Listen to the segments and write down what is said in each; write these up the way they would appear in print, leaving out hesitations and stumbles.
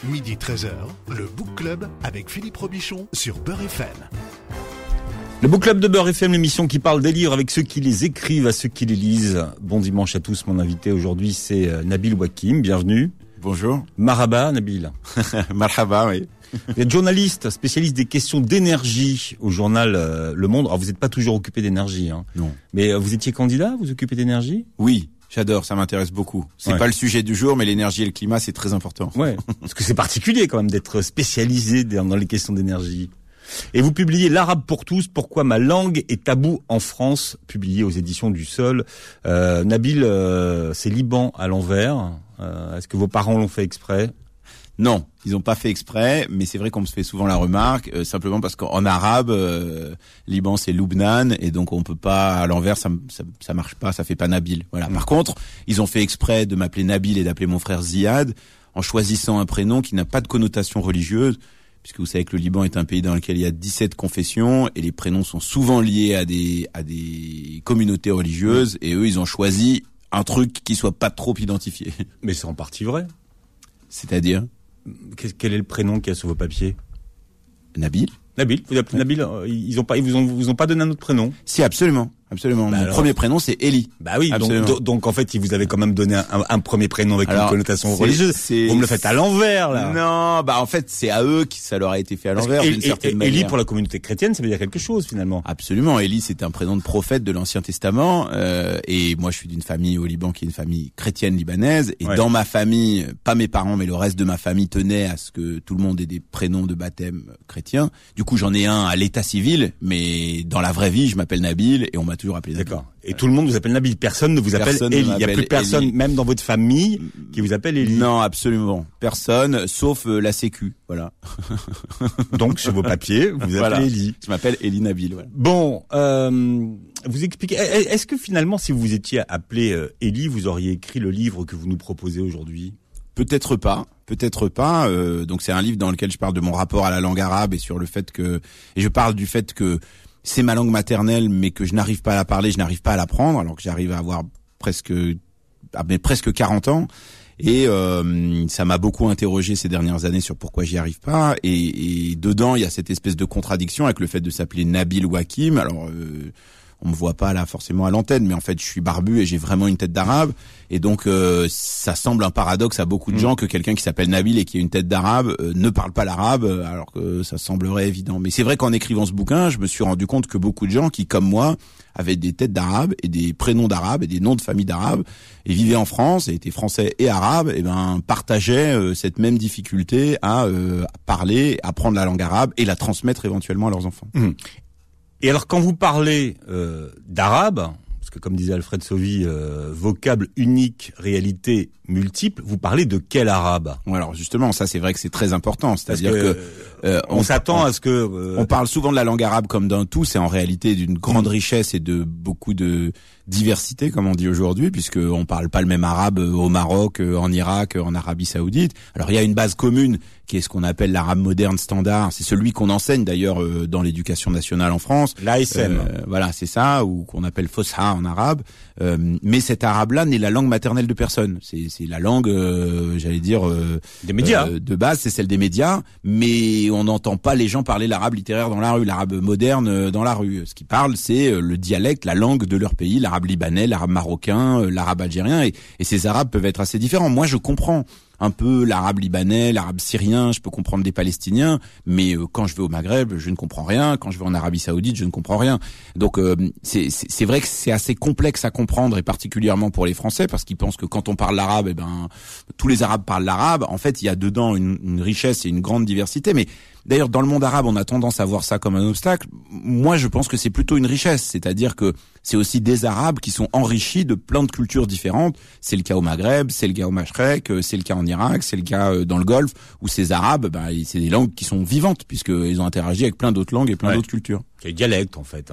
Midi 13h, le Book Club avec Philippe Robichon sur Beurre FM. Le Book Club de Beurre FM, l'émission qui parle des livres avec ceux qui les écrivent à ceux qui les lisent. Bon dimanche à tous, mon invité aujourd'hui c'est Nabil Wakim, bienvenue. Bonjour. Marhaba Nabil. Marhaba, oui. Vous êtes journaliste, spécialiste des questions d'énergie au journal Le Monde. Alors vous n'êtes pas toujours occupé d'énergie, hein. Non. Mais vous étiez candidat, vous occupez d'énergie ? Oui, j'adore, ça m'intéresse beaucoup. C'est pas le sujet du jour, mais l'énergie et le climat, c'est très important. Ouais, parce que c'est particulier quand même d'être spécialisé dans les questions d'énergie. Et vous publiez L'Arabe pour tous, pourquoi ma langue est taboue en France, publié aux éditions du Sol. Nabil, c'est Liban à l'envers. Est-ce que vos parents l'ont fait exprès ? Non, ils n'ont pas fait exprès, mais c'est vrai qu'on me fait souvent la remarque, simplement parce qu'en arabe, Liban c'est Lubnan, et donc on peut pas, à l'envers, ça marche pas, ça fait pas Nabil. Voilà. Par contre, ils ont fait exprès de m'appeler Nabil et d'appeler mon frère Ziad, en choisissant un prénom qui n'a pas de connotation religieuse, puisque vous savez que le Liban est un pays dans lequel il y a 17 confessions, et les prénoms sont souvent liés à des communautés religieuses, et eux, ils ont choisi un truc qui soit pas trop identifié. Mais c'est en partie vrai. C'est-à-dire ? Quel est le prénom qu'il y a sur vos papiers ? Nabil. Nabil, vous appelez Nabil, ils vous ont pas donné un autre prénom ? Si, absolument. Absolument. Mon premier prénom, c'est Eli. Bah oui, donc en fait, ils vous avaient quand même donné un premier prénom avec une connotation religieuse. Vous me le faites à l'envers, là. Non, bah en fait, c'est à eux que ça leur a été fait à l'envers, d'une certaine manière. Eli, pour la communauté chrétienne, ça veut dire quelque chose, finalement. Absolument. Eli, c'est un prénom de prophète de l'Ancien Testament. Et moi, je suis d'une famille au Liban qui est une famille chrétienne libanaise. Et dans ma famille, pas mes parents, mais le reste de ma famille tenait à ce que tout le monde ait des prénoms de baptême chrétiens. Du coup, j'en ai un à l'état civil, mais dans la vraie vie, je m'appelle Nabil et on m'a toujours appelé Nabil. D'accord. Et tout le monde vous appelle Nabil. Personne ne vous appelle Eli. Il n'y a plus personne, Eli, même dans votre famille, qui vous appelle Eli. Non, absolument. Personne, sauf la Sécu. Voilà. Donc, sur vos papiers, vous appelez Eli. Je m'appelle Eli Nabil. Voilà. Bon, vous expliquez. Est-ce que finalement, si vous étiez appelé Eli, vous auriez écrit le livre que vous nous proposez aujourd'hui ? Peut-être pas. Donc, c'est un livre dans lequel je parle de mon rapport à la langue arabe et sur le fait que, et je parle du fait que c'est ma langue maternelle, mais que je n'arrive pas à la parler, je n'arrive pas à l'apprendre, alors que j'arrive à avoir presque 40 ans. Et ça m'a beaucoup interrogé ces dernières années sur pourquoi j'y arrive pas. Et dedans, il y a cette espèce de contradiction avec le fait de s'appeler Nabil Wakim. Alors, on me voit pas là forcément à l'antenne, mais en fait, je suis barbu et j'ai vraiment une tête d'arabe. Et donc, ça semble un paradoxe à beaucoup de gens que quelqu'un qui s'appelle Nabil et qui a une tête d'arabe ne parle pas l'arabe, alors que ça semblerait évident. Mais c'est vrai qu'en écrivant ce bouquin, je me suis rendu compte que beaucoup de gens qui, comme moi, avaient des têtes d'arabe et des prénoms d'arabe et des noms de famille d'arabe et vivaient en France et étaient français et arabes, et partageaient cette même difficulté à parler, apprendre la langue arabe et la transmettre éventuellement à leurs enfants. Et alors, quand vous parlez d'arabe, parce que comme disait Alfred Sauvy, vocable unique, réalité multiple, vous parlez de quel arabe ? Alors justement, ça c'est vrai que c'est très important. C'est-à-dire que on s'attend à ce que on parle souvent de la langue arabe comme d'un tout, c'est en réalité d'une grande richesse et de beaucoup de diversité, comme on dit aujourd'hui, puisque on parle pas le même arabe au Maroc, en Irak, en Arabie Saoudite. Alors il y a une base commune qui est ce qu'on appelle l'arabe moderne standard. C'est celui qu'on enseigne d'ailleurs dans l'éducation nationale en France. L'ASM. Voilà, c'est ça, ou qu'on appelle Fosha en arabe. Mais cet arabe-là n'est la langue maternelle de personne. C'est la langue, j'allais dire, des médias. De base, c'est celle des médias, mais on n'entend pas les gens parler l'arabe littéraire dans la rue, l'arabe moderne dans la rue. Ce qu'ils parlent, c'est le dialecte, la langue de leur pays, l'arabe libanais, l'arabe marocain, l'arabe algérien, et ces arabes peuvent être assez différents. Moi, je comprends un peu l'arabe libanais, l'arabe syrien, je peux comprendre des Palestiniens, mais quand je vais au Maghreb, je ne comprends rien. Quand je vais en Arabie Saoudite, je ne comprends rien. Donc c'est vrai que c'est assez complexe à comprendre, et particulièrement pour les Français, parce qu'ils pensent que quand on parle l'arabe, tous les Arabes parlent l'arabe. En fait, il y a dedans une richesse et une grande diversité, mais d'ailleurs, dans le monde arabe, on a tendance à voir ça comme un obstacle. Moi, je pense que c'est plutôt une richesse. C'est-à-dire que c'est aussi des Arabes qui sont enrichis de plein de cultures différentes. C'est le cas au Maghreb, c'est le cas au Mashrek, c'est le cas en Irak, c'est le cas dans le Golfe, où ces Arabes, c'est des langues qui sont vivantes, puisqu'ils ont interagi avec plein d'autres langues et plein d'autres cultures. C'est des dialectes, en fait.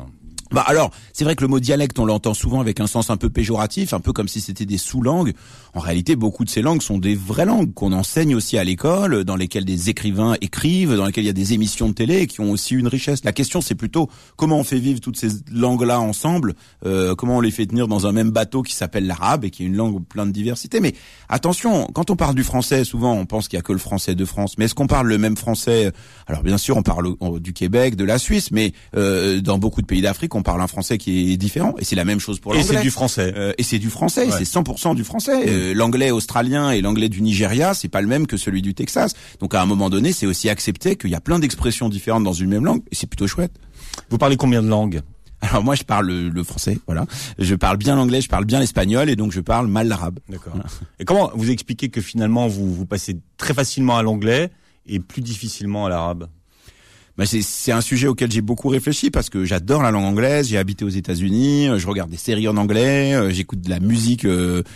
Bah alors, c'est vrai que le mot dialecte, on l'entend souvent avec un sens un peu péjoratif, un peu comme si c'était des sous-langues. En réalité, beaucoup de ces langues sont des vraies langues qu'on enseigne aussi à l'école, dans lesquelles des écrivains écrivent, dans lesquelles il y a des émissions de télé et qui ont aussi une richesse. La question, c'est plutôt comment on fait vivre toutes ces langues-là ensemble, comment on les fait tenir dans un même bateau qui s'appelle l'arabe et qui est une langue pleine de diversité. Mais attention, quand on parle du français, souvent on pense qu'il y a que le français de France. Mais est-ce qu'on parle le même français? Alors bien sûr, on parle du Québec, de la Suisse, mais dans beaucoup de pays d'Afrique, on parle un français qui est différent, et c'est la même chose pour l'anglais. Et c'est du français. Et c'est du français, c'est 100% du français. L'anglais australien et l'anglais du Nigeria, c'est pas le même que celui du Texas. Donc à un moment donné, c'est aussi accepter qu'il y a plein d'expressions différentes dans une même langue, et c'est plutôt chouette. Vous parlez combien de langues? Alors moi, je parle le français, voilà. Je parle bien l'anglais, je parle bien l'espagnol, et donc je parle mal l'arabe. D'accord. Voilà. Et comment vous expliquez que finalement vous passez très facilement à l'anglais et plus difficilement à l'arabe? Bah c'est un sujet auquel j'ai beaucoup réfléchi parce que j'adore la langue anglaise, j'ai habité aux États-Unis, je regarde des séries en anglais, j'écoute de la musique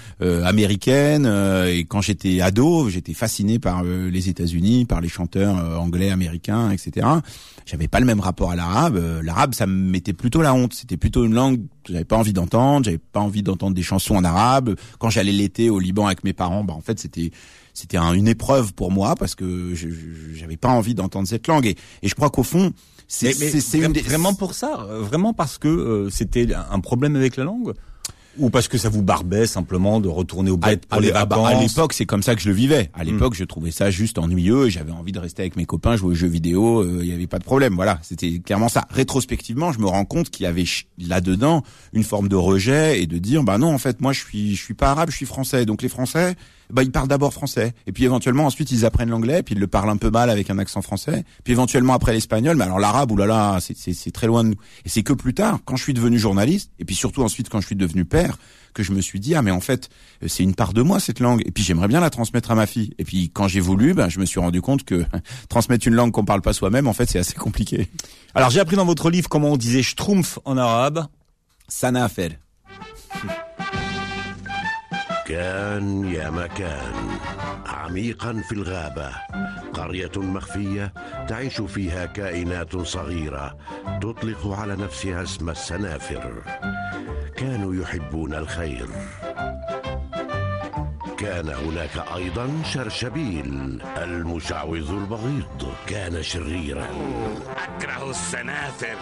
américaine, et quand j'étais ado, j'étais fasciné par les États-Unis, par les chanteurs anglais, américains, etc. J'avais pas le même rapport à l'arabe. L'arabe, ça me mettait plutôt la honte. C'était plutôt une langue que j'avais pas envie d'entendre. J'avais pas envie d'entendre des chansons en arabe. Quand j'allais l'été au Liban avec mes parents, bah en fait c'était une épreuve pour moi parce que j'avais pas envie d'entendre cette langue. Et je crois qu'au fond, c'est vraiment pour ça, vraiment parce que c'était un problème avec la langue. Ou parce que ça vous barbait simplement de retourner au bled pour les vacances? À l'époque, c'est comme ça que je le vivais. À l'époque, je trouvais ça juste ennuyeux et j'avais envie de rester avec mes copains, jouer aux jeux vidéo, il y avait pas de problème. Voilà, c'était clairement ça. Rétrospectivement, je me rends compte qu'il y avait là-dedans une forme de rejet et de dire bah non, en fait, moi je suis pas arabe, je suis français. Donc les Français, bah ils parlent d'abord français et puis éventuellement ensuite ils apprennent l'anglais, puis ils le parlent un peu mal avec un accent français, puis éventuellement après l'espagnol, mais alors l'arabe, oulala, c'est très loin de nous. Et c'est que plus tard, quand je suis devenu journaliste et puis surtout ensuite quand je suis devenu père, que je me suis dit ah mais en fait c'est une part de moi cette langue et puis j'aimerais bien la transmettre à ma fille. Et puis quand j'ai voulu, ben je me suis rendu compte que transmettre une langue qu'on parle pas soi-même, en fait c'est assez compliqué. Alors j'ai appris dans votre livre comment on disait schtroumpf en arabe. Sana afel. كان يا مكان عميقا في الغابة قرية مخفية تعيش فيها كائنات صغيرة تطلق على نفسها اسم السنافر. كانوا يحبون الخير. كان هناك أيضا شرشبيل المشعوذ البغيض. كان شريرا. أكره السنافر.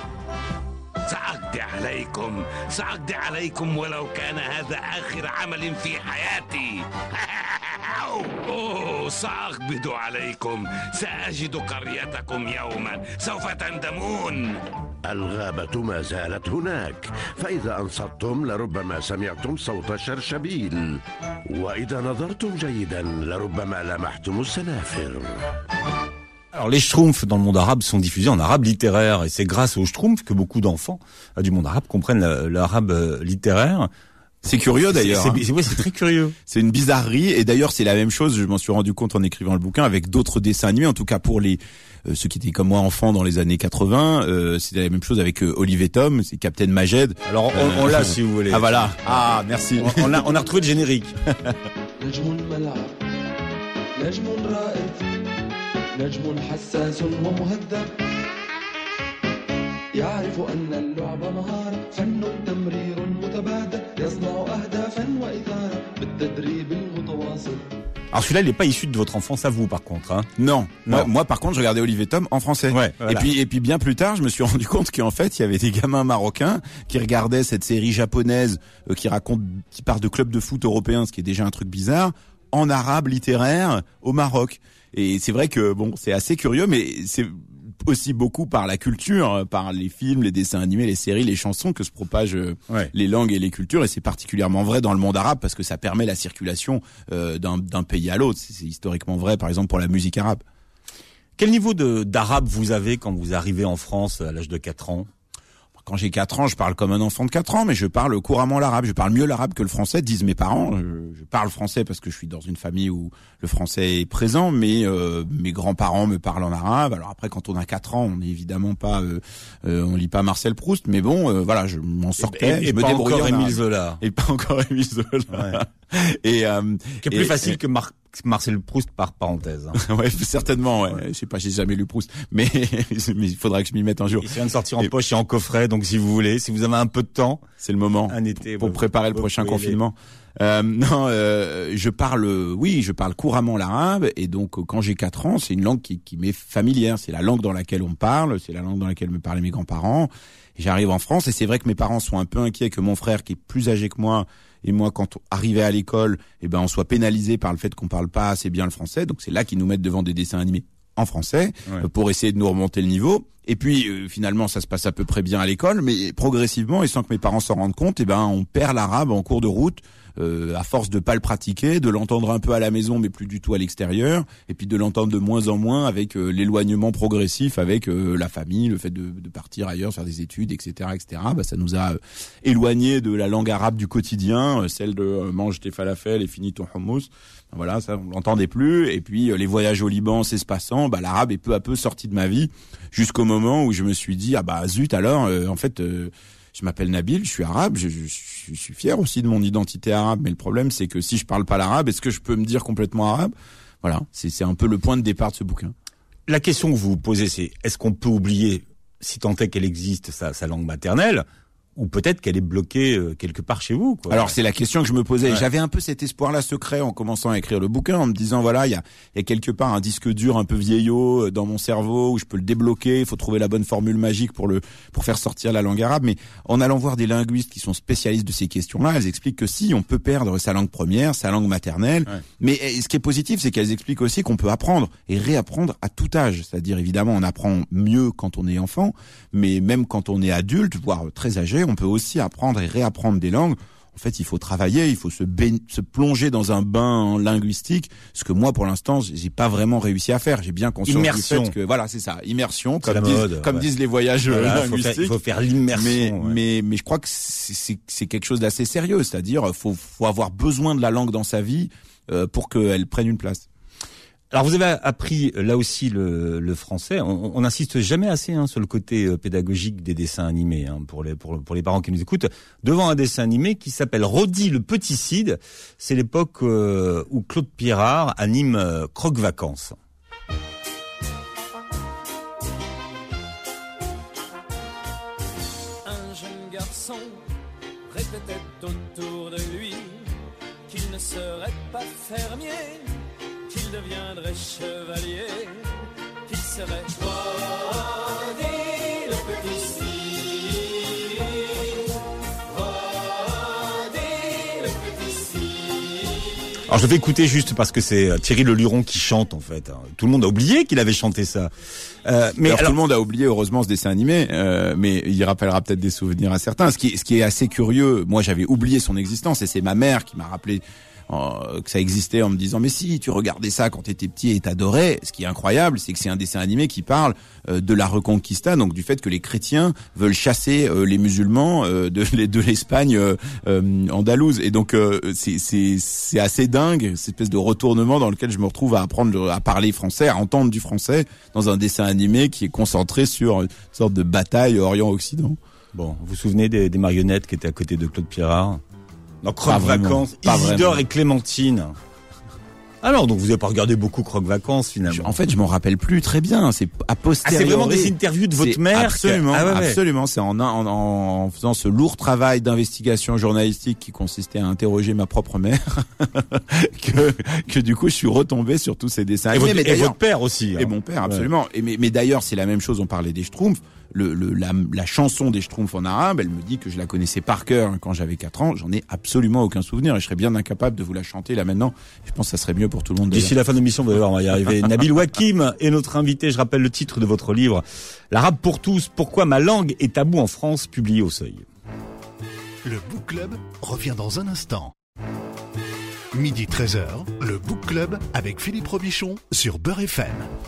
سأقضي عليكم ولو كان هذا آخر عمل في حياتي. سأقبض عليكم. سأجد قريتكم يوما سوف تندمون. الغابة ما زالت هناك، فإذا أنصتم لربما سمعتم صوت شرشبيل، وإذا نظرتم جيدا لربما لمحتم السنافر. Alors les schtroumpfs dans le monde arabe sont diffusés en arabe littéraire et c'est grâce aux schtroumpfs que beaucoup d'enfants du monde arabe comprennent l'arabe littéraire. C'est curieux d'ailleurs. C'est très curieux. C'est une bizarrerie et d'ailleurs c'est la même chose, je m'en suis rendu compte en écrivant le bouquin avec d'autres dessins animés, en tout cas pour les ceux qui étaient comme moi enfants dans les années 80, c'était la même chose avec Olive et Tom, c'est Captain Majed. Alors on l'a si vous voulez. Ah voilà. Ah merci. On a retrouvé le générique. نجم حساس ومهذب يعرف أن اللعب مهارة فن تمرير متبادل يصنع أهدافا وإثارة بالتدريب المتواصل. Alors celui-là, il n'est pas issu de votre enfance à vous, par contre. Hein. Non. Moi, par contre, je regardais Olive et Tom en français. Ouais, voilà. Et puis bien plus tard, je me suis rendu compte qu'en fait, il y avait des gamins marocains qui regardaient cette série japonaise qui part de clubs de foot européens, ce qui est déjà un truc bizarre, en arabe littéraire au Maroc. Et c'est vrai que bon, c'est assez curieux, mais c'est aussi beaucoup par la culture, par les films, les dessins animés, les séries, les chansons que se propagent les langues et les cultures. Et c'est particulièrement vrai dans le monde arabe parce que ça permet la circulation d'un pays à l'autre. C'est historiquement vrai, par exemple, pour la musique arabe. Quel niveau d'arabe vous avez quand vous arrivez en France à l'âge de 4 ans ? Quand j'ai 4 ans, je parle comme un enfant de 4 ans, mais je parle couramment l'arabe. Je parle mieux l'arabe que le français, disent mes parents. Je parle français parce que je suis dans une famille où le français est présent, mais mes grands-parents me parlent en arabe. Alors après, quand on a 4 ans, on n'est évidemment pas, on lit pas Marcel Proust, mais bon, voilà, je m'en sortais, je me débrouillais en arabe. Émile Zola. Et pas encore Émile Zola. Ouais. Et qui est plus facile que Marcel Proust par parenthèse. Ouais, certainement. Ouais. Je sais pas, j'ai jamais lu Proust, mais il faudra que je m'y mette un jour. Il vient de sortir en poche et en coffret, donc si vous voulez, si vous avez un peu de temps, c'est le moment. Un été pour préparer le prochain confinement. Je parle couramment l'arabe, et donc quand j'ai 4 ans, c'est une langue qui m'est familière. C'est la langue dans laquelle on me parle, c'est la langue dans laquelle me parlaient mes grands-parents. Et j'arrive en France, et c'est vrai que mes parents sont un peu inquiets que mon frère, qui est plus âgé que moi, et moi, quand on arrivait à l'école, on soit pénalisé par le fait qu'on parle pas assez bien le français. Donc c'est là qu'ils nous mettent devant des dessins animés en français, pour essayer de nous remonter le niveau. Et puis finalement, ça se passe à peu près bien à l'école, mais progressivement, et sans que mes parents s'en rendent compte, on perd l'arabe en cours de route. À force de pas le pratiquer, de l'entendre un peu à la maison mais plus du tout à l'extérieur, et puis de l'entendre de moins en moins avec l'éloignement progressif avec la famille, le fait de partir ailleurs, faire des études, etc., etc. Ça nous a éloigné de la langue arabe du quotidien, celle de mange tes falafels et finis ton hummus. Voilà, ça on l'entendait plus. Et puis les voyages au Liban s'espaçant, l'arabe est peu à peu sorti de ma vie jusqu'au moment où je me suis dit zut alors en fait. Je m'appelle Nabil, je suis arabe, je suis fier aussi de mon identité arabe, mais le problème c'est que si je parle pas l'arabe, est-ce que je peux me dire complètement arabe ? Voilà, c'est un peu le point de départ de ce bouquin. La question que vous vous posez, c'est est-ce qu'on peut oublier, si tant est qu'elle existe, sa langue maternelle, ou peut-être qu'elle est bloquée quelque part chez vous, quoi. Alors c'est la question que je me posais. Ouais. J'avais un peu cet espoir-là secret en commençant à écrire le bouquin, en me disant voilà, il y a quelque part un disque dur un peu vieillot dans mon cerveau où je peux le débloquer. Il faut trouver la bonne formule magique pour faire sortir la langue arabe. Mais en allant voir des linguistes qui sont spécialistes de ces questions-là, elles expliquent que si on peut perdre sa langue première, sa langue maternelle, mais ce qui est positif, c'est qu'elles expliquent aussi qu'on peut apprendre et réapprendre à tout âge. C'est-à-dire évidemment, on apprend mieux quand on est enfant, mais même quand on est adulte, voire très âgé, on peut aussi apprendre et réapprendre des langues. En fait, il faut travailler, il faut se plonger dans un bain linguistique, ce que moi, pour l'instant, j'ai pas vraiment réussi à faire. J'ai bien conscience du fait que, voilà, c'est ça, immersion, comme disent les voyages linguistiques. Il faut faire l'immersion. Mais je crois que c'est quelque chose d'assez sérieux, c'est-à-dire, faut avoir besoin de la langue dans sa vie pour qu'elle prenne une place. Alors vous avez appris là aussi le français. On n'insiste jamais assez sur le côté pédagogique des dessins animés pour les parents qui nous écoutent. Devant un dessin animé qui s'appelle Rodi le Petit Cid, c'est l'époque où Claude Pirard anime Croque-Vacances. Un jeune garçon répétait autour de lui qu'il ne serait pas fermier, qu'il deviendrait chevalier, qu'il serait Rodi le Petit Cid, Rodi le Petit Cid. Alors je vais écouter juste parce que c'est Thierry Le Luron qui chante en fait. Tout le monde a oublié qu'il avait chanté ça. Mais tout le monde a oublié heureusement ce dessin animé, mais il rappellera peut-être des souvenirs à certains. Ce qui est assez curieux, moi j'avais oublié son existence et c'est ma mère qui m'a rappelé que ça existait en me disant mais si tu regardais ça quand t'étais petit et t'adorais. Ce qui est incroyable, c'est que c'est un dessin animé qui parle de la Reconquista, donc du fait que les chrétiens veulent chasser les musulmans de l'Espagne andalouse, et donc c'est assez dingue cette espèce de retournement dans lequel je me retrouve à apprendre à parler français, à entendre du français dans un dessin animé qui est concentré sur une sorte de bataille Orient-Occident. Bon, vous vous souvenez des marionnettes qui étaient à côté de Claude Pirard? Dans Croque-Vacances, Isidore et Clémentine. Alors, donc vous n'avez pas regardé beaucoup Croque-Vacances finalement. En fait, je m'en rappelle plus très bien. C'est a posteriori. C'est vraiment des interviews de votre mère. Absolument, absolument. C'est en faisant ce lourd travail d'investigation journalistique qui consistait à interroger ma propre mère que du coup je suis retombé sur tous ces dessins. Et votre père aussi. Et mon père, absolument. Ouais. Mais d'ailleurs, c'est la même chose. On parlait des Schtroumpfs. La chanson des Schtroumpfs en arabe, elle me dit que je la connaissais par cœur quand j'avais 4 ans. J'en ai absolument aucun souvenir et je serais bien incapable de vous la chanter là maintenant. Je pense que ça serait mieux pour tout le monde. D'ici la fin de l'émission, vous allez voir, on va y arriver. Nabil Wakim est notre invité. Je rappelle le titre de votre livre, L'arabe pour tous, pourquoi ma langue est taboue en France, publié au Seuil. Le Book Club revient dans un instant. Midi 13h, le Book Club avec Philippe Robichon sur Beurre FM.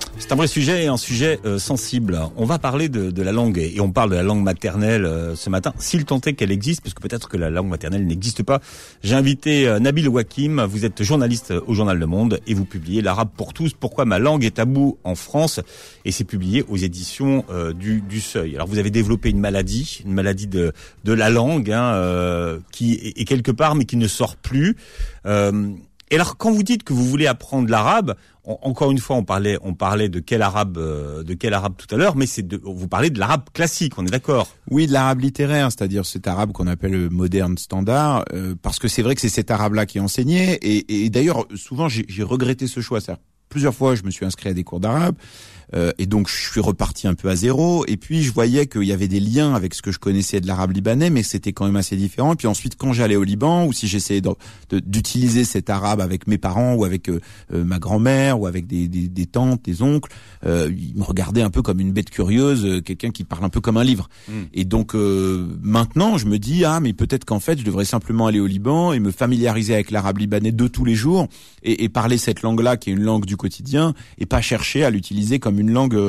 C'est un vrai sujet et un sujet sensible. On va parler de la langue et on parle de la langue maternelle ce matin, s'il tant est qu'elle existe, parce que peut-être que la langue maternelle n'existe pas. J'ai invité Nabil Wakim, vous êtes journaliste au Journal Le Monde et vous publiez L'Arabe pour tous, pourquoi ma langue est tabou en France, et c'est publié aux éditions du Seuil. Alors vous avez développé une maladie de la langue qui est quelque part mais qui ne sort plus. Et alors, quand vous dites que vous voulez apprendre l'arabe, encore une fois, on parlait de quel arabe tout à l'heure, mais vous parlez de l'arabe classique, on est d'accord? Oui, de l'arabe littéraire, c'est-à-dire cet arabe qu'on appelle le moderne standard, parce que c'est vrai que c'est cet arabe-là qui est enseigné, et d'ailleurs, souvent, j'ai regretté ce choix. C'est-à-dire, plusieurs fois, je me suis inscrit à des cours d'arabe, et donc je suis reparti un peu à zéro, et puis je voyais qu'il y avait des liens avec ce que je connaissais de l'arabe libanais, mais c'était quand même assez différent. Et puis ensuite, quand j'allais au Liban, ou si j'essayais d'utiliser cet arabe avec mes parents, ou avec ma grand-mère, ou avec des tantes, des oncles, ils me regardaient un peu comme une bête curieuse, quelqu'un qui parle un peu comme un livre. Et donc maintenant, je me dis, mais peut-être qu'en fait, je devrais simplement aller au Liban et me familiariser avec l'arabe libanais de tous les jours, et parler cette langue-là, qui est une langue du quotidien, et pas chercher à l'utiliser comme une langue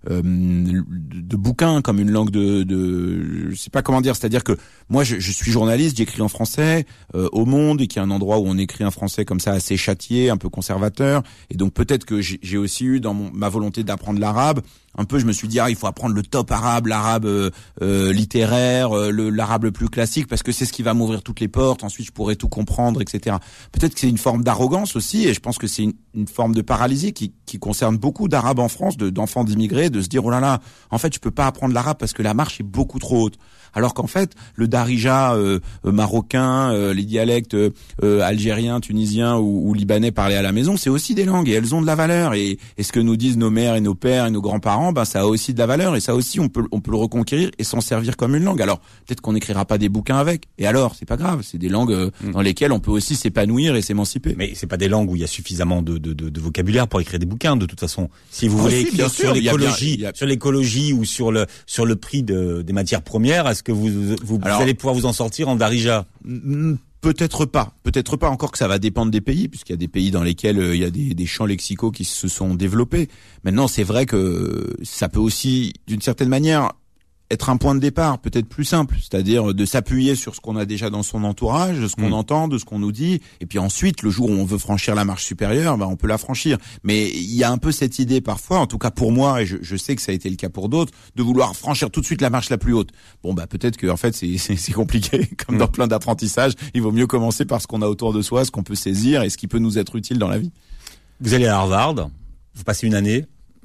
de bouquin, comme une langue je sais pas comment dire. C'est-à-dire que moi, je suis journaliste, j'écris en français au Monde, et qu'il y a un endroit où on écrit un français comme ça assez châtié, un peu conservateur. Et donc peut-être que j'ai aussi eu dans ma volonté d'apprendre l'arabe, un peu, je me suis dit, il faut apprendre le top arabe, l'arabe littéraire, l'arabe le plus classique, parce que c'est ce qui va m'ouvrir toutes les portes. Ensuite, je pourrai tout comprendre, etc. Peut-être que c'est une forme d'arrogance aussi, et je pense que c'est une forme de paralysie qui concerne beaucoup d'arabes en France, d'enfants d'immigrés, de se dire, oh là là, en fait, je peux pas apprendre l'arabe parce que la marche est beaucoup trop haute. Alors qu'en fait, le darija marocain, les dialectes algériens, tunisiens ou libanais parlés à la maison, c'est aussi des langues, et elles ont de la valeur. Et ce que nous disent nos mères et nos pères et nos grands-parents, ça a aussi de la valeur, et ça aussi on peut le reconquérir et s'en servir comme une langue. Alors peut-être qu'on n'écrira pas des bouquins avec, et alors c'est pas grave, c'est des langues dans lesquelles on peut aussi s'épanouir et s'émanciper. Mais c'est pas des langues où il y a suffisamment de vocabulaire pour écrire des bouquins, de toute façon. Si vous voulez écrire sur l'écologie ou sur le prix des matières premières, est-ce que vous allez pouvoir vous en sortir en darija? Peut-être pas, encore que ça va dépendre des pays, puisqu'il y a des pays dans lesquels il y a des champs lexicaux qui se sont développés. Maintenant, c'est vrai que ça peut aussi, d'une certaine manière, être un point de départ peut-être plus simple, c'est-à-dire de s'appuyer sur ce qu'on a déjà dans son entourage, de ce qu'on entend, de ce qu'on nous dit, et puis ensuite, le jour où on veut franchir la marche supérieure, on peut la franchir. Mais il y a un peu cette idée parfois, en tout cas pour moi, et je sais que ça a été le cas pour d'autres, de vouloir franchir tout de suite la marche la plus haute. Peut-être que en fait c'est compliqué, comme dans plein d'apprentissages. Il vaut mieux commencer par ce qu'on a autour de soi, ce qu'on peut saisir et ce qui peut nous être utile dans la vie. Vous allez à Harvard, vous passez une année,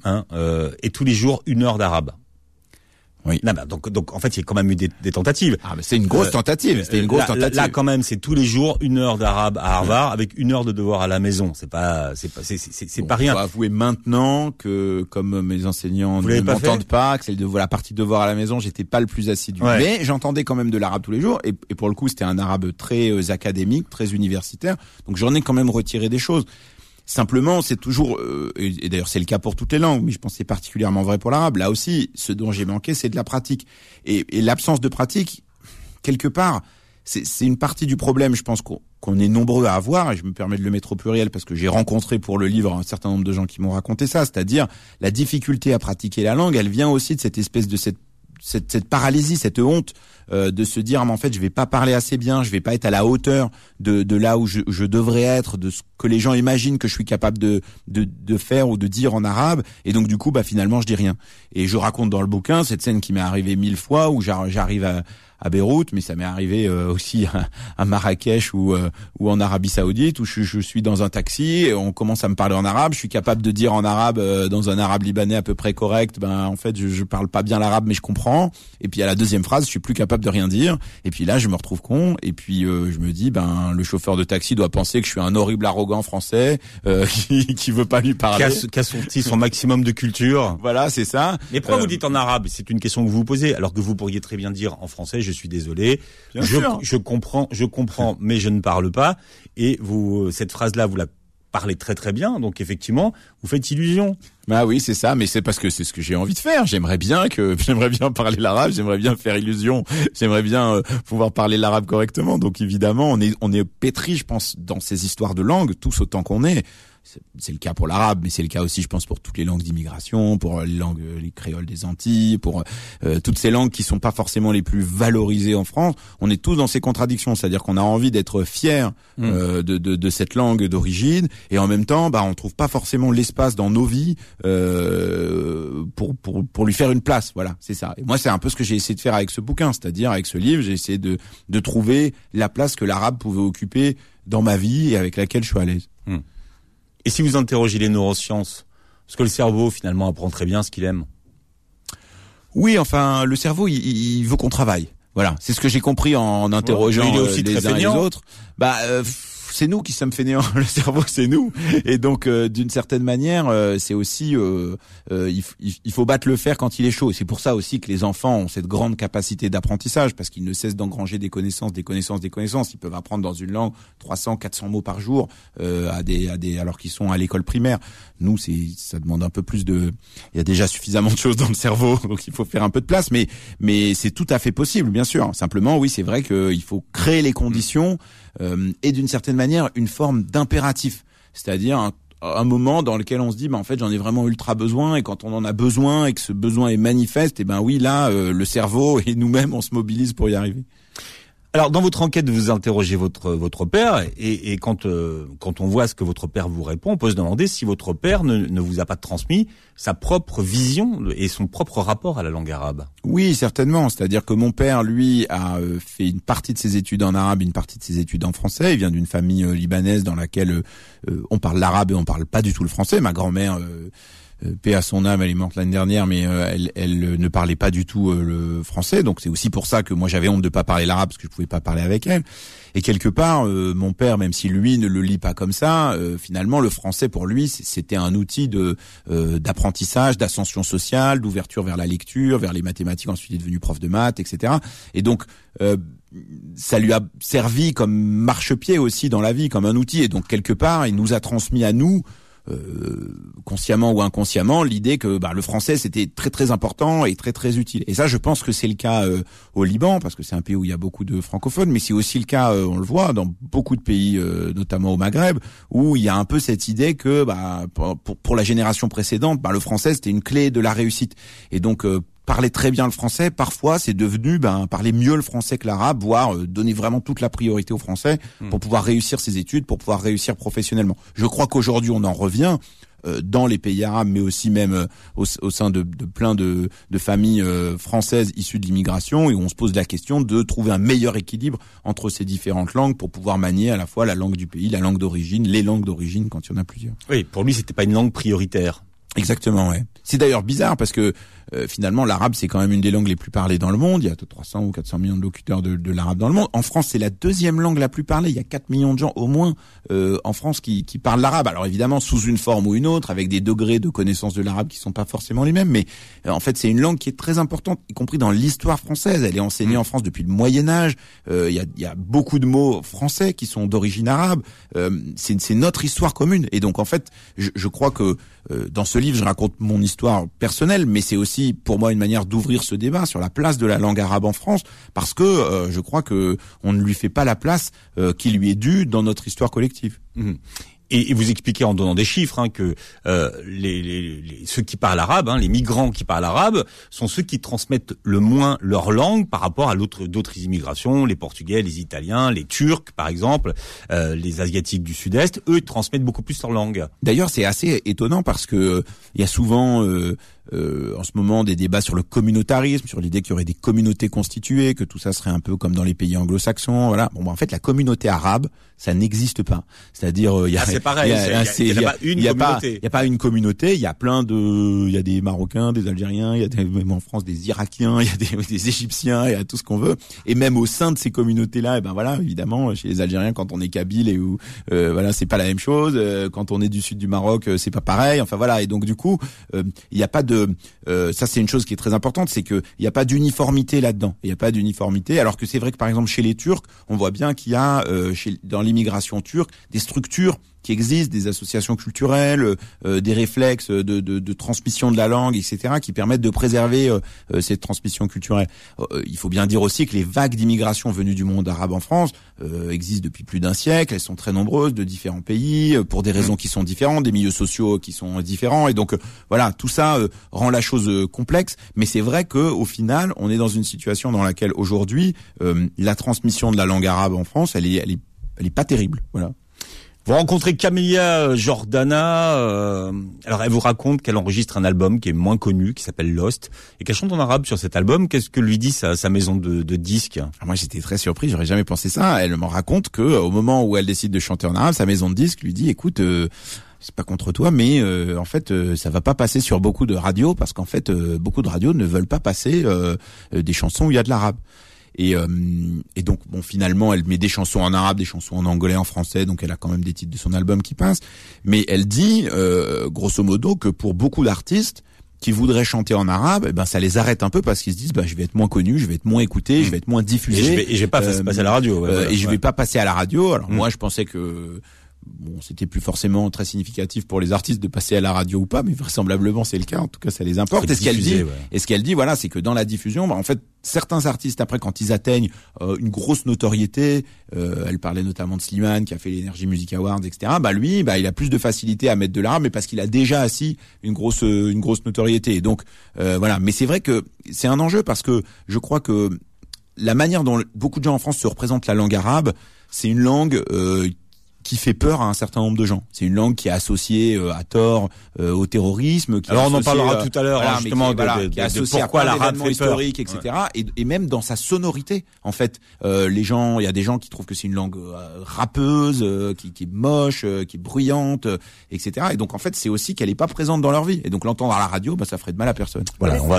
et tous les jours 1 heure d'arabe. Oui. Non, donc en fait, il y a quand même eu des tentative. Mais c'est une grosse tentative. C'était une grosse tentative. Là, quand même, c'est tous les jours 1 heure d'arabe à Harvard avec 1 heure de devoir à la maison. C'est pas rien. Je dois avouer maintenant que, comme mes enseignants ne m'entendent pas, que c'est la partie devoir à la maison, j'étais pas le plus assidu. Ouais. Mais j'entendais quand même de l'arabe tous les jours, et pour le coup, c'était un arabe très académique, très universitaire. Donc j'en ai quand même retiré des choses. Simplement, c'est toujours, et d'ailleurs c'est le cas pour toutes les langues, mais je pense que c'est particulièrement vrai pour l'arabe. Là aussi, ce dont j'ai manqué, c'est de la pratique. Et l'absence de pratique, quelque part, c'est une partie du problème, je pense, qu'on est nombreux à avoir, et je me permets de le mettre au pluriel parce que j'ai rencontré pour le livre un certain nombre de gens qui m'ont raconté ça, c'est-à-dire la difficulté à pratiquer la langue, elle vient aussi de cette espèce de cette paralysie, cette honte de se dire, mais en fait je vais pas parler assez bien, je vais pas être à la hauteur de là où je devrais être, de ce que les gens imaginent que je suis capable de faire ou de dire en arabe, et donc du coup finalement je dis rien. Et je raconte dans le bouquin cette scène qui m'est arrivée 1000 fois, où j'arrive à Beyrouth, mais ça m'est arrivé aussi à Marrakech ou en Arabie Saoudite, où je suis dans un taxi et on commence à me parler en arabe. Je suis capable de dire en arabe, dans un arabe libanais à peu près correct, en fait je parle pas bien l'arabe mais je comprends. Et puis à la deuxième phrase, je suis plus capable de rien dire. Et puis là je me retrouve con. Et puis je me dis, le chauffeur de taxi doit penser que je suis un horrible arrogant français qui veut pas lui parler, qui a sorti son maximum de culture. Voilà, c'est ça. Mais pourquoi vous dites en arabe? C'est une question que vous vous posez, alors que vous pourriez très bien dire en français. Je suis désolé, je comprends, mais je ne parle pas. Et vous, cette phrase-là, vous la parlez très très bien. Donc effectivement, vous faites illusion. Oui, c'est ça, mais c'est parce que c'est ce que j'ai envie de faire. J'aimerais bien parler l'arabe, j'aimerais bien faire illusion, j'aimerais bien pouvoir parler l'arabe correctement. Donc évidemment, on est pétri, je pense, dans ces histoires de langue, tous autant qu'on est. c'est le cas pour l'arabe, mais c'est le cas aussi, je pense, pour toutes les langues d'immigration, pour les créoles des Antilles, pour toutes ces langues qui sont pas forcément les plus valorisées en France. On est tous dans ces contradictions, c'est-à-dire qu'on a envie d'être fiers de cette langue d'origine, et en même temps, on trouve pas forcément l'espace dans nos vies pour lui faire une place. Voilà, c'est ça. Et moi, c'est un peu ce que j'ai essayé de faire avec ce bouquin, c'est-à-dire avec ce livre, j'ai essayé de trouver la place que l'arabe pouvait occuper dans ma vie et avec laquelle je suis à l'aise. Et si vous interrogez les neurosciences, parce que le cerveau, finalement, apprend très bien ce qu'il aime. Oui, enfin, le cerveau, il veut qu'on travaille. Voilà, c'est ce que j'ai compris en interrogeant les uns et les autres. C'est nous qui sommes fainéants. Le cerveau, c'est nous. Et donc, d'une certaine manière, c'est aussi, il faut battre le fer quand il est chaud. C'est pour ça aussi que les enfants ont cette grande capacité d'apprentissage, parce qu'ils ne cessent d'engranger des connaissances. Ils peuvent apprendre dans une langue 300, 400 mots par jour, alors qu'ils sont à l'école primaire. Nous, ça demande un peu plus il y a déjà suffisamment de choses dans le cerveau, donc il faut faire un peu de place. Mais c'est tout à fait possible, bien sûr. Simplement, oui, c'est vrai qu'il faut créer les conditions, et d'une certaine manière une forme d'impératif, c'est-à-dire un moment dans lequel on se dit en fait j'en ai vraiment ultra besoin, et quand on en a besoin et que ce besoin est manifeste, et oui là le cerveau et nous-mêmes on se mobilise pour y arriver. Alors, dans votre enquête, vous interrogez votre père, et quand on voit ce que votre père vous répond, on peut se demander si votre père ne vous a pas transmis sa propre vision et son propre rapport à la langue arabe. Oui, certainement. C'est-à-dire que mon père, lui, a fait une partie de ses études en arabe, une partie de ses études en français. Il vient d'une famille libanaise dans laquelle on parle l'arabe et on parle pas du tout le français. Ma grand-mère, paix à son âme, elle est morte l'année dernière, mais elle ne parlait pas du tout le français, donc c'est aussi pour ça que moi j'avais honte de pas parler l'arabe, parce que je pouvais pas parler avec elle. Et quelque part, mon père, même si lui ne le lit pas comme ça, finalement le français pour lui c'était un outil d'apprentissage, d'ascension sociale, d'ouverture vers la lecture, vers les mathématiques. Ensuite il est devenu prof de maths, etc. Et donc ça lui a servi comme marchepied aussi dans la vie, comme un outil. Et donc quelque part il nous a transmis à nous, consciemment ou inconsciemment, l'idée que le français c'était très très important et très très utile. Et ça, je pense que c'est le cas au Liban, parce que c'est un pays où il y a beaucoup de francophones, mais c'est aussi le cas, on le voit, dans beaucoup de pays, notamment au Maghreb, où il y a un peu cette idée que pour la génération précédente, le français c'était une clé de la réussite. Et donc parler très bien le français, parfois c'est devenu parler mieux le français que l'arabe, voire donner vraiment toute la priorité au français pour pouvoir réussir ses études, pour pouvoir réussir professionnellement. Je crois qu'aujourd'hui on en revient dans les pays arabes, mais aussi même au sein de plein de familles françaises issues de l'immigration, et où on se pose la question de trouver un meilleur équilibre entre ces différentes langues pour pouvoir manier à la fois la langue du pays, la langue d'origine, les langues d'origine quand il y en a plusieurs. Oui, pour lui c'était pas une langue prioritaire. Exactement, ouais. C'est d'ailleurs bizarre parce que finalement l'arabe c'est quand même une des langues les plus parlées dans le monde. Il y a 300 ou 400 millions de locuteurs de l'arabe dans le monde. En France, c'est la deuxième langue la plus parlée. Il y a 4 millions de gens au moins en France qui parlent l'arabe. Alors évidemment sous une forme ou une autre, avec des degrés de connaissance de l'arabe qui sont pas forcément les mêmes, mais en fait c'est une langue qui est très importante, y compris dans l'histoire française. Elle est enseignée en France depuis le Moyen-Âge. Il y a beaucoup de mots français qui sont d'origine arabe. C'est notre histoire commune. Et donc en fait, je crois que dans ce livre, je raconte mon histoire personnelle, mais c'est aussi pour moi une manière d'ouvrir ce débat sur la place de la langue arabe en France, parce que je crois que on ne lui fait pas la place qui lui est due dans notre histoire collective. Et vous expliquez en donnant des chiffres que ceux qui parlent arabe, les migrants qui parlent arabe, sont ceux qui transmettent le moins leur langue par rapport à d'autres immigrations, les Portugais, les Italiens, les Turcs par exemple, les Asiatiques du Sud-Est, eux transmettent beaucoup plus leur langue. D'ailleurs, c'est assez étonnant parce que il y a souvent en ce moment des débats sur le communautarisme, sur l'idée qu'il y aurait des communautés constituées, que tout ça serait un peu comme dans les pays anglo-saxons, voilà. En fait, la communauté arabe, ça n'existe pas. C'est-à-dire, c'est pareil, il y a pas une communauté, il y a il y a des Marocains, des Algériens, il y a même en France des Irakiens, il y a des Égyptiens, il y a tout ce qu'on veut. Et même au sein de ces communautés-là, évidemment, chez les Algériens, quand on est kabyle c'est pas la même chose. Quand on est du sud du Maroc, c'est pas pareil. Enfin voilà. Et donc du coup, il y a pas ça c'est une chose qui est très importante, c'est que il y a pas d'uniformité là-dedans. Il y a pas d'uniformité, alors que c'est vrai que par exemple chez les Turcs, on voit bien qu'il y a dans l'immigration turque des structures qui existent, des associations culturelles, des réflexes de transmission de la langue, etc., qui permettent de préserver cette transmission culturelle. Il faut bien dire aussi que les vagues d'immigration venues du monde arabe en France existent depuis plus d'un siècle. Elles sont très nombreuses, de différents pays, pour des raisons qui sont différentes, des milieux sociaux qui sont différents, et donc voilà, tout ça rend la chose complexe. Mais c'est vrai que au final, on est dans une situation dans laquelle aujourd'hui la transmission de la langue arabe en France, elle est pas terrible. Voilà. Vous rencontrez Camélia Jordana, alors elle vous raconte qu'elle enregistre un album qui est moins connu, qui s'appelle Lost, et qu'elle chante en arabe sur cet album. Qu'est-ce que lui dit sa maison de disques? Moi j'étais très surpris, j'aurais jamais pensé ça. Elle m'en raconte que au moment où elle décide de chanter en arabe, sa maison de disques lui dit écoute, c'est pas contre toi, mais en fait ça va pas passer sur beaucoup de radios, parce qu'en fait beaucoup de radios ne veulent pas passer des chansons où il y a de l'arabe. Et donc bon, finalement elle met des chansons en arabe, des chansons en anglais, en français, donc elle a quand même des titres de son album qui passent, mais elle dit grosso modo que pour beaucoup d'artistes qui voudraient chanter en arabe, ça les arrête un peu, parce qu'ils se disent je vais être moins connu, je vais être moins écouté, je vais être moins diffusé, et je vais pas passer à la radio, je vais pas passer à la radio. Alors moi je pensais que c'était plus forcément très significatif pour les artistes de passer à la radio ou pas, mais vraisemblablement c'est le cas. En tout cas, ça les importe. Et ce qu'elle dit, voilà, c'est que dans la diffusion, en fait, certains artistes, après, quand ils atteignent une grosse notoriété, elle parlait notamment de Slimane qui a fait l'Energy Music Awards, etc. Lui, il a plus de facilité à mettre de l'arabe, mais parce qu'il a déjà assis une grosse notoriété. Et donc voilà. Mais c'est vrai que c'est un enjeu, parce que je crois que la manière dont beaucoup de gens en France se représentent la langue arabe, c'est une langue qui fait peur à un certain nombre de gens. C'est une langue qui est associée à tort au terrorisme. Alors on en parlera tout à l'heure, justement, qui est associée pourquoi à l'arabe fait peur, historique, etc. Ouais. Et même dans sa sonorité, en fait, il y a des gens qui trouvent que c'est une langue rappeuse, qui est moche, qui est bruyante, etc. Et donc en fait, c'est aussi qu'elle est pas présente dans leur vie. Et donc l'entendre à la radio, ça ferait de mal à personne. Voilà, on va.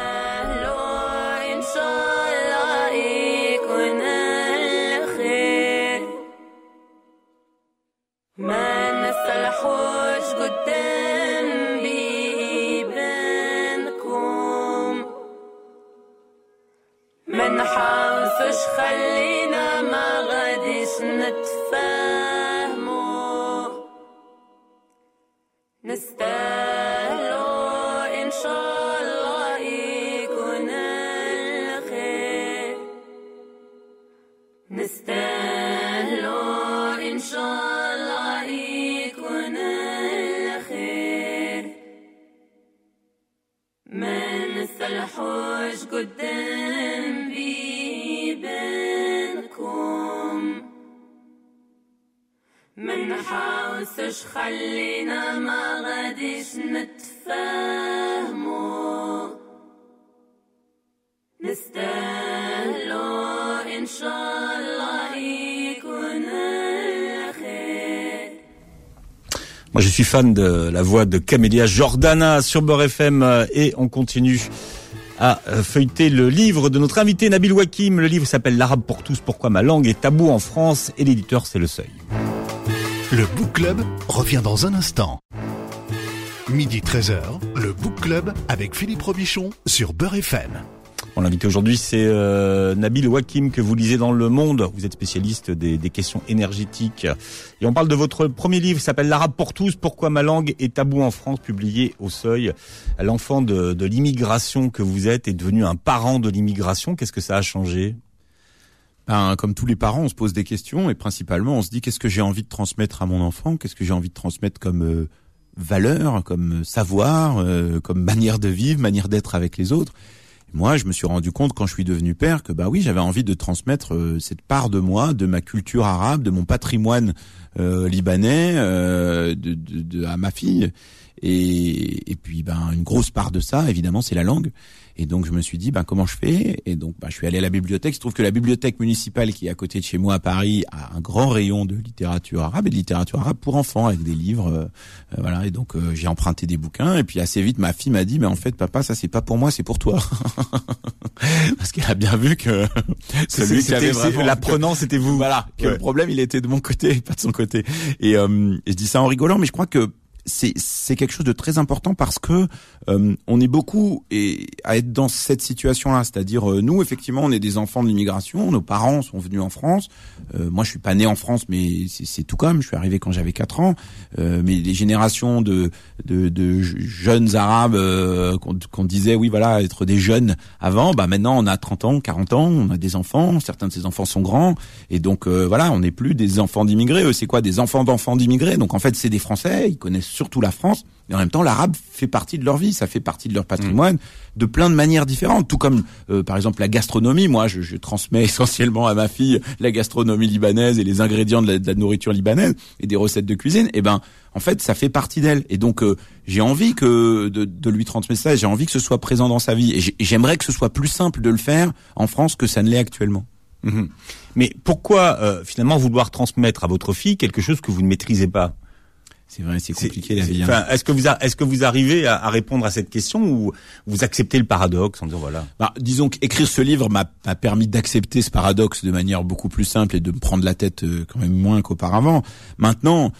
خلينا ما غاديش نتفاهموا نستاهلوا إن شاء الله يكون الخير. Moi je suis fan de la voix de Camélia Jordana sur Beurre FM, et on continue à feuilleter le livre de notre invité Nabil Wakim. Le livre s'appelle L'arabe pour tous, pourquoi ma langue est tabou en France, et l'éditeur c'est Le Seuil. Le Book Club revient dans un instant. Midi 13h, le Book Club avec Philippe Robichon sur Beurre FM. Mon invité aujourd'hui, c'est Nabil Wakim, que vous lisez dans Le Monde. Vous êtes spécialiste des questions énergétiques. Et on parle de votre premier livre, qui s'appelle L'arabe pour tous, pourquoi ma langue est tabou en France, publié au Seuil. L'enfant de l'immigration que vous êtes est devenu un parent de l'immigration. Qu'est-ce que ça a changé ? Comme tous les parents, on se pose des questions, et principalement on se dit qu'est-ce que j'ai envie de transmettre à mon enfant, qu'est-ce que j'ai envie de transmettre comme valeur, comme savoir, comme manière de vivre, manière d'être avec les autres. Et moi, je me suis rendu compte quand je suis devenu père que oui, j'avais envie de transmettre cette part de moi, de ma culture arabe, de mon patrimoine libanais, à ma fille. Et puis une grosse part de ça, évidemment, c'est la langue. Et donc je me suis dit comment je fais, et donc je suis allé à la bibliothèque. Il se trouve que la bibliothèque municipale qui est à côté de chez moi à Paris a un grand rayon de littérature arabe, et de littérature arabe pour enfants, avec des livres, voilà. Et donc j'ai emprunté des bouquins, et puis assez vite ma fille m'a dit mais en fait papa, ça c'est pas pour moi, c'est pour toi. Parce qu'elle a bien vu que celui qui avait vraiment l'apprenant, c'était vous. Voilà, que le problème il était de mon côté, pas de son côté. Et je dis ça en rigolant, mais je crois que c'est quelque chose de très important parce que on est beaucoup à être dans cette situation-là, c'est-à-dire nous effectivement on est des enfants de l'immigration, nos parents sont venus en France. Moi je suis pas né en France, mais c'est tout comme. Je suis arrivé quand j'avais 4 ans. Mais les générations de jeunes arabes qu'on disait oui voilà être des jeunes avant, bah maintenant on a 30 ans, 40 ans, on a des enfants. Certains de ces enfants sont grands et donc voilà on n'est plus des enfants d'immigrés. Eux c'est quoi des enfants d'enfants d'immigrés. Donc en fait c'est des Français, ils connaissent surtout la France, et en même temps l'arabe fait partie de leur vie, ça fait partie de leur patrimoine de plein de manières différentes, tout comme par exemple la gastronomie. Moi je transmets essentiellement à ma fille la gastronomie libanaise et les ingrédients de la nourriture libanaise et des recettes de cuisine, et ben en fait ça fait partie d'elle, et donc j'ai envie que de lui transmettre ça, j'ai envie que ce soit présent dans sa vie, et j'aimerais que ce soit plus simple de le faire en France que ça ne l'est actuellement. Mais pourquoi finalement vouloir transmettre à votre fille quelque chose que vous ne maîtrisez pas? C'est vrai, c'est compliqué la vie. Enfin, est-ce que vous arrivez à répondre à cette question, ou vous acceptez le paradoxe en disant voilà? Disons qu'écrire ce livre m'a permis d'accepter ce paradoxe de manière beaucoup plus simple et de me prendre la tête quand même moins qu'auparavant. Maintenant,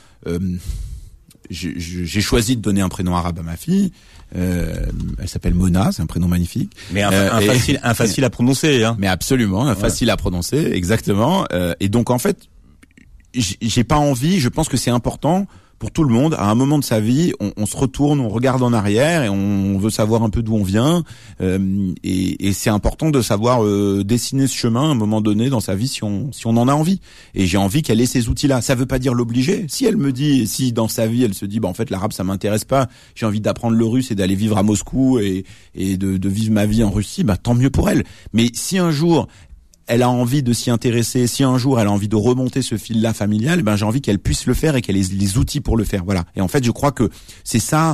j'ai choisi de donner un prénom arabe à ma fille. Elle s'appelle Mona, c'est un prénom magnifique. Mais facile à prononcer, hein. Mais absolument, facile à prononcer, exactement. Et donc en fait, j'ai pas envie. Je pense que c'est important pour tout le monde, à un moment de sa vie, on se retourne, on regarde en arrière et on veut savoir un peu d'où on vient. Et c'est important de savoir dessiner ce chemin à un moment donné dans sa vie si on en a envie. Et j'ai envie qu'elle ait ces outils-là. Ça veut pas dire l'obliger. Si elle me dit, si dans sa vie elle se dit, en fait l'arabe ça m'intéresse pas, j'ai envie d'apprendre le russe et d'aller vivre à Moscou et de vivre ma vie en Russie, tant mieux pour elle. Mais si un jour elle a envie de s'y intéresser, si un jour elle a envie de remonter ce fil-là familial, j'ai envie qu'elle puisse le faire et qu'elle ait les outils pour le faire. Voilà. Et en fait, je crois que c'est ça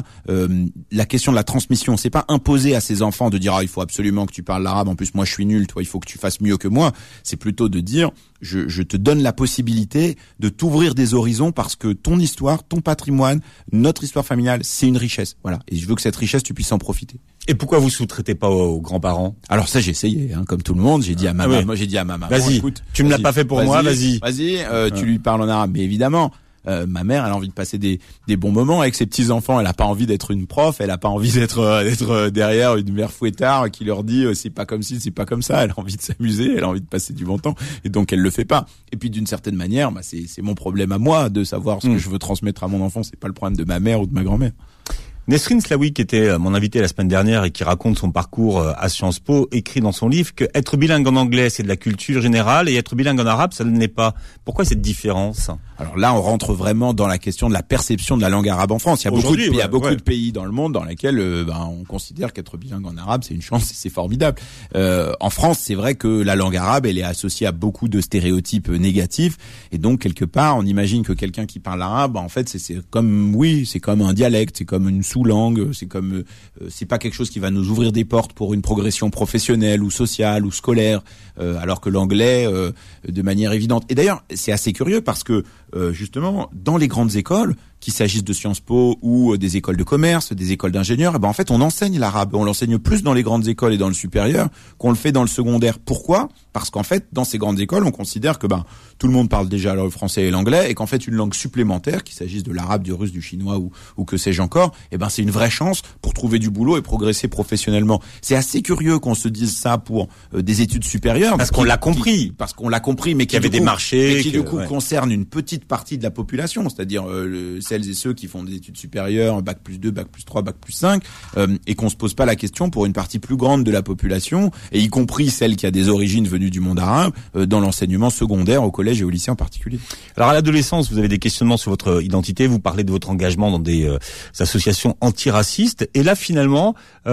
la question de la transmission. C'est pas imposer à ses enfants de dire il faut absolument que tu parles l'arabe. En plus, moi je suis nul, toi il faut que tu fasses mieux que moi. C'est plutôt de dire je te donne la possibilité de t'ouvrir des horizons parce que ton histoire, ton patrimoine, notre histoire familiale, c'est une richesse. Voilà. Et je veux que cette richesse tu puisses en profiter. Et pourquoi vous sous-traitez pas aux grands-parents? Alors ça j'ai essayé, comme tout le monde. J'ai dit à ma maman, j'ai dit à ma maman, vas-y, écoute, tu me l'as pas fait pour moi, vas-y. Tu lui parles en arabe. Mais évidemment, ma mère, elle a envie de passer des bons moments avec ses petits enfants. Elle a pas envie d'être une prof, elle a pas envie d'être derrière une mère fouettard qui leur dit c'est pas comme ci, c'est pas comme ça. Elle a envie de s'amuser, elle a envie de passer du bon temps, et donc elle le fait pas. Et puis d'une certaine manière, c'est mon problème à moi de savoir ce que je veux transmettre à mon enfant. C'est pas le problème de ma mère ou de ma grand-mère. Nesrine Slaoui, qui était mon invité la semaine dernière et qui raconte son parcours à Sciences Po, écrit dans son livre que être bilingue en anglais, c'est de la culture générale, et être bilingue en arabe, ça ne l'est pas. Pourquoi cette différence? Alors là, on rentre vraiment dans la question de la perception de la langue arabe en France. Il y a beaucoup de pays dans le monde dans lesquels on considère qu'être bilingue en arabe, c'est une chance, c'est formidable. En France, c'est vrai que la langue arabe, elle est associée à beaucoup de stéréotypes négatifs, et donc quelque part, on imagine que quelqu'un qui parle arabe, en fait, c'est comme un dialecte, c'est comme une sous-langue, c'est pas quelque chose qui va nous ouvrir des portes pour une progression professionnelle ou sociale ou scolaire, alors que l'anglais, de manière évidente. Et d'ailleurs, c'est assez curieux parce que justement, dans les grandes écoles, qu'il s'agisse de Sciences Po ou des écoles de commerce, des écoles d'ingénieurs, en fait, on enseigne l'arabe. On l'enseigne plus dans les grandes écoles et dans le supérieur qu'on le fait dans le secondaire. Pourquoi? Parce qu'en fait, dans ces grandes écoles, on considère que tout le monde parle déjà le français et l'anglais, et qu'en fait, une langue supplémentaire, qu'il s'agisse de l'arabe, du russe, du chinois ou que sais-je encore, c'est une vraie chance pour trouver du boulot et progresser professionnellement. C'est assez curieux qu'on se dise ça pour des études supérieures. Parce qu'on l'a compris. Parce qu'on l'a compris, mais qu'il y avait des marchés. Et qui, du coup, concerne une petite partie de la population, c'est-à-dire celles et ceux qui font des études supérieures, bac plus 2, bac plus 3, bac plus 5, et qu'on se pose pas la question pour une partie plus grande de la population, et y compris celle qui a des origines venues du monde arabe, dans l'enseignement secondaire, au collège et au lycée en particulier. Alors à l'adolescence, vous avez des questionnements sur votre identité, vous parlez de votre engagement dans des associations antiracistes, et là finalement,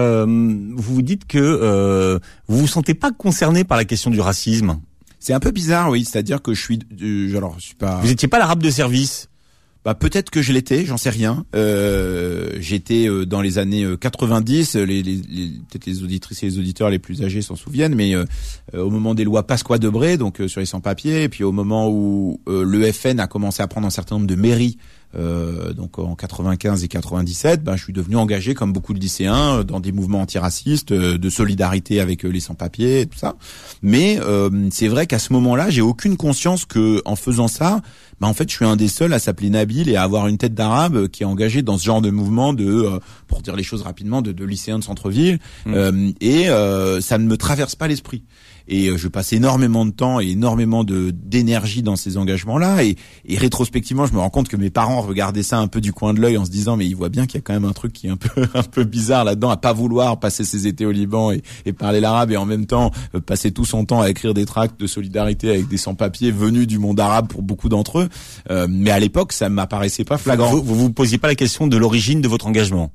vous vous dites que vous vous sentez pas concerné par la question du racisme. C'est un peu bizarre, oui, c'est-à-dire que je suis pas... Vous étiez pas l'arabe de service? Peut-être que je l'étais, j'en sais rien. J'étais dans les années 90, peut-être les auditrices et les auditeurs les plus âgés s'en souviennent, mais au moment des lois Pasqua-Debré, donc sur les sans-papiers, et puis au moment où le FN a commencé à prendre un certain nombre de mairies donc en 95 et 97, je suis devenu engagé comme beaucoup de lycéens dans des mouvements antiracistes, de solidarité avec les sans-papiers et tout ça. Mais c'est vrai qu'à ce moment-là, j'ai aucune conscience que en faisant ça, en fait, je suis un des seuls à s'appeler Nabil et à avoir une tête d'arabe qui est engagé dans ce genre de mouvement pour dire les choses rapidement, de lycéens de centre-ville. Et ça ne me traverse pas l'esprit. Et je passe énormément de temps et énormément d'énergie dans ces engagements-là. Et rétrospectivement, je me rends compte que mes parents regardaient ça un peu du coin de l'œil en se disant, mais ils voient bien qu'il y a quand même un truc qui est un peu bizarre là-dedans, à pas vouloir passer ses étés au Liban et parler l'arabe et en même temps passer tout son temps à écrire des tracts de solidarité avec des sans-papiers venus du monde arabe pour beaucoup d'entre eux. Mais à l'époque, ça m'apparaissait pas flagrant. Vous posiez pas la question de l'origine de votre engagement?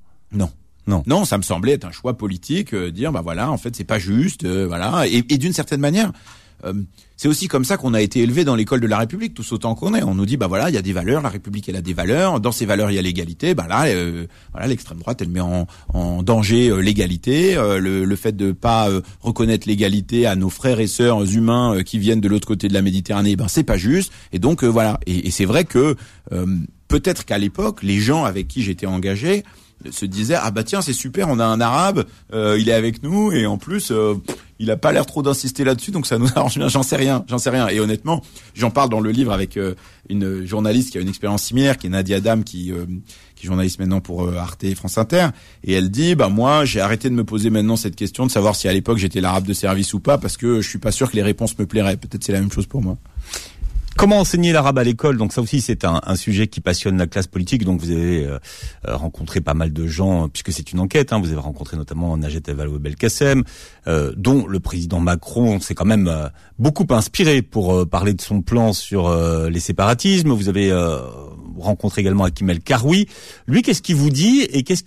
Non, ça me semblait être un choix politique, dire voilà, en fait c'est pas juste, voilà. Et d'une certaine manière, c'est aussi comme ça qu'on a été élevé dans l'école de la République, tous autant qu'on est. On nous dit voilà, il y a des valeurs, la République elle a des valeurs, dans ces valeurs il y a l'égalité. Voilà, l'extrême droite elle met en danger l'égalité, le fait de pas reconnaître l'égalité à nos frères et sœurs humains qui viennent de l'autre côté de la Méditerranée, c'est pas juste. Et donc voilà. Et c'est vrai que peut-être qu'à l'époque, les gens avec qui j'étais engagé se disaient tiens, c'est super, on a un arabe, il est avec nous et en plus il a pas l'air trop d'insister là-dessus, donc ça nous arrange bien. J'en sais rien. Et honnêtement, j'en parle dans le livre avec une journaliste qui a une expérience similaire, qui est Nadia Adam, qui est journaliste maintenant pour Arte et France Inter, et elle dit moi j'ai arrêté de me poser maintenant cette question de savoir si à l'époque j'étais l'arabe de service ou pas, parce que je suis pas sûr que les réponses me plairaient. Peut-être c'est la même chose pour moi. Comment enseigner l'arabe à l'école? Donc ça aussi c'est un sujet qui passionne la classe politique. Donc vous avez rencontré pas mal de gens, puisque c'est une enquête. Vous avez rencontré notamment Najat Vallaud-Belkacem, dont le président Macron s'est quand même beaucoup inspiré pour parler de son plan sur les séparatismes. Vous avez rencontré également Hakim El Karoui. Lui, qu'est-ce qu'il vous dit et qu'est-ce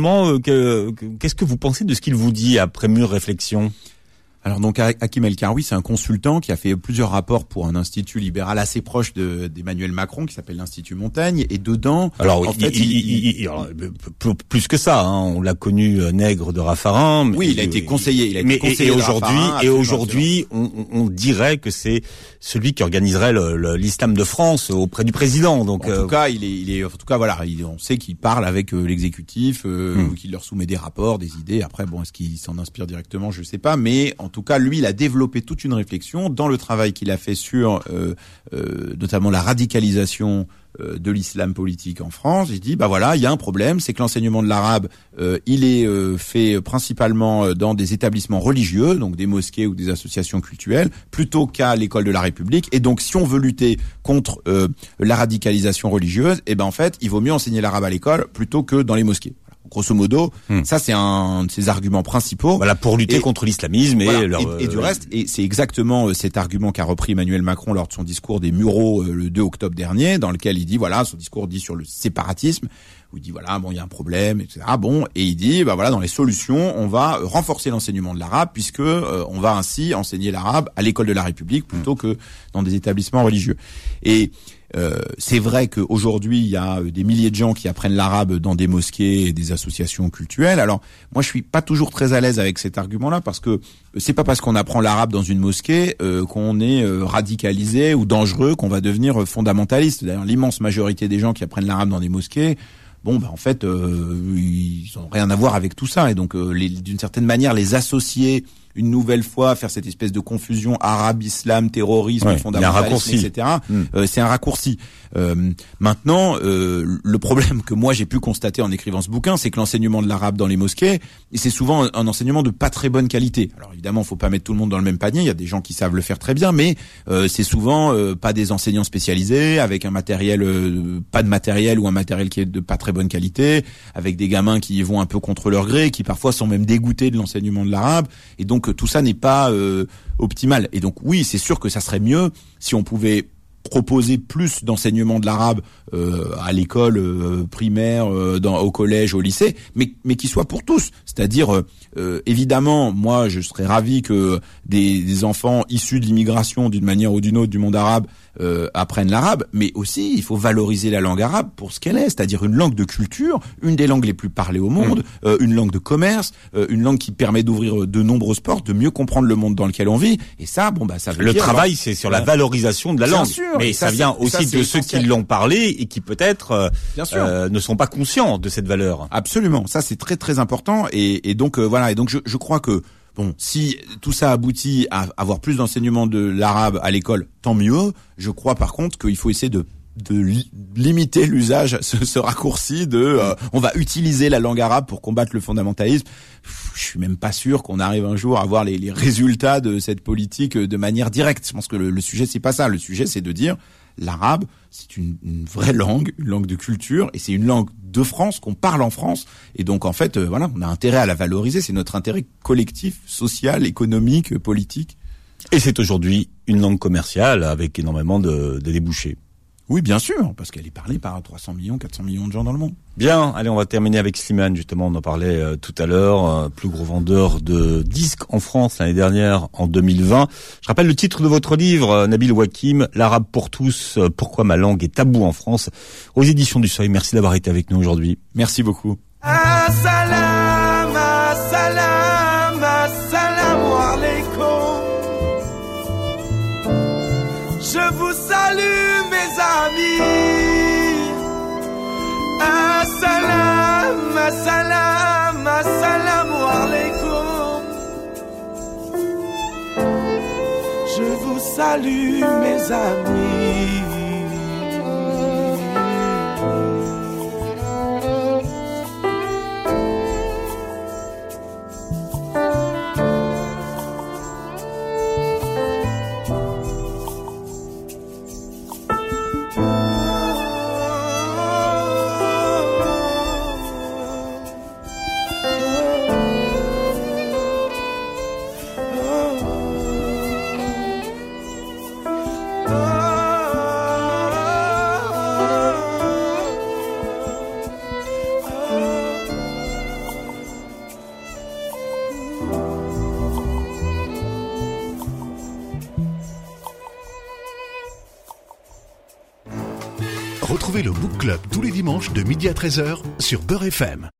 que vous pensez de ce qu'il vous dit après mûre réflexion? Alors donc Hakim El Karoui, c'est un consultant qui a fait plusieurs rapports pour un institut libéral assez proche d'Emmanuel Macron qui s'appelle l'Institut Montaigne, et dedans plus que ça, on l'a connu nègre de Raffarin. Oui, il a été conseiller. Et aujourd'hui, on dirait que c'est celui qui organiserait l'islam de France auprès du président. Donc en tout cas, voilà, on sait qu'il parle avec l'exécutif, qu'il leur soumet des rapports, des idées. Après, est-ce qu'il s'en inspire directement, je sais pas, mais en tout cas, lui, il a développé toute une réflexion dans le travail qu'il a fait sur notamment la radicalisation de l'islam politique en France. Il dit il y a un problème, c'est que l'enseignement de l'arabe il est fait principalement dans des établissements religieux, donc des mosquées ou des associations cultuelles, plutôt qu'à l'école de la République. Et donc si on veut lutter contre la radicalisation religieuse, en fait, il vaut mieux enseigner l'arabe à l'école plutôt que dans les mosquées. Grosso modo, ça c'est un de ses arguments principaux. Voilà, pour lutter contre l'islamisme et du reste. Et c'est exactement cet argument qu'a repris Emmanuel Macron lors de son discours des Mureaux le 2 octobre dernier, dans lequel il dit son discours dit sur le séparatisme, où il dit il y a un problème, etc. Et il dit dans les solutions, on va renforcer l'enseignement de l'arabe puisque on va ainsi enseigner l'arabe à l'école de la République plutôt que dans des établissements religieux. Et c'est vrai qu'aujourd'hui, il y a des milliers de gens qui apprennent l'arabe dans des mosquées et des associations cultuelles. Alors, moi, je suis pas toujours très à l'aise avec cet argument-là parce que c'est pas parce qu'on apprend l'arabe dans une mosquée qu'on est radicalisé ou dangereux, qu'on va devenir fondamentaliste. D'ailleurs, l'immense majorité des gens qui apprennent l'arabe dans des mosquées, en fait, ils ont rien à voir avec tout ça. Et donc, d'une certaine manière, les associer une nouvelle fois, faire cette espèce de confusion arabe, islam, terrorisme, fondamentalisme, etc. C'est un raccourci. Maintenant, le problème que moi j'ai pu constater en écrivant ce bouquin, c'est que l'enseignement de l'arabe dans les mosquées, c'est souvent un enseignement de pas très bonne qualité. Alors évidemment, faut pas mettre tout le monde dans le même panier. Il y a des gens qui savent le faire très bien, mais c'est souvent pas des enseignants spécialisés, avec un matériel, pas de matériel ou un matériel qui est de pas très bonne qualité, avec des gamins qui y vont un peu contre leur gré, qui parfois sont même dégoûtés de l'enseignement de l'arabe, et donc tout ça n'est pas optimal. Et donc oui, c'est sûr que ça serait mieux si on pouvait proposer plus d'enseignement de l'arabe à l'école primaire, au collège, au lycée, mais qui soit pour tous. C'est-à-dire, évidemment, moi, je serais ravi que des enfants issus de l'immigration, d'une manière ou d'une autre, du monde arabe, apprennent l'arabe, mais aussi il faut valoriser la langue arabe pour ce qu'elle est, c'est-à-dire une langue de culture, une des langues les plus parlées au monde, une langue de commerce, une langue qui permet d'ouvrir de nombreuses portes, de mieux comprendre le monde dans lequel on vit. Et ça, ça veut le dire travail, c'est sur la valorisation de la Bien langue, sûr, mais et ça vient c'est aussi de ceux qui essentiel. l'ont parlé et qui peut-être Bien sûr. ne sont pas conscients de cette valeur. Absolument, ça c'est très très important et donc voilà, et donc je crois que bon, si tout ça aboutit à avoir plus d'enseignement de l'arabe à l'école, tant mieux. Je crois par contre qu'il faut essayer de limiter l'usage, ce raccourci on va utiliser la langue arabe pour combattre le fondamentalisme. Je suis même pas sûr qu'on arrive un jour à voir les résultats de cette politique de manière directe. Je pense que le sujet c'est pas ça. Le sujet c'est de dire l'arabe c'est une vraie langue, une langue de culture, et c'est une langue de France qu'on parle en France. Et donc en fait, on a intérêt à la valoriser. C'est notre intérêt collectif, social, économique, politique. Et c'est aujourd'hui une langue commerciale avec énormément de débouchés. Oui, bien sûr, parce qu'elle est parlée par 300 millions, 400 millions de gens dans le monde. Bien, allez, on va terminer avec Slimane, justement, on en parlait tout à l'heure, plus gros vendeur de disques en France l'année dernière, en 2020. Je rappelle le titre de votre livre, Nabil Wakim, L'arabe pour tous, pourquoi ma langue est taboue en France, aux éditions du Seuil. Merci d'avoir été avec nous aujourd'hui. Merci beaucoup. Assalam, assalam, assalamu alaikum. Je vous salue, mes amis. Assalam, assalam, assalamu alaikum. Je vous salue, mes amis. Retrouvez le Book Club tous les dimanches de midi à 13h sur Beurre FM.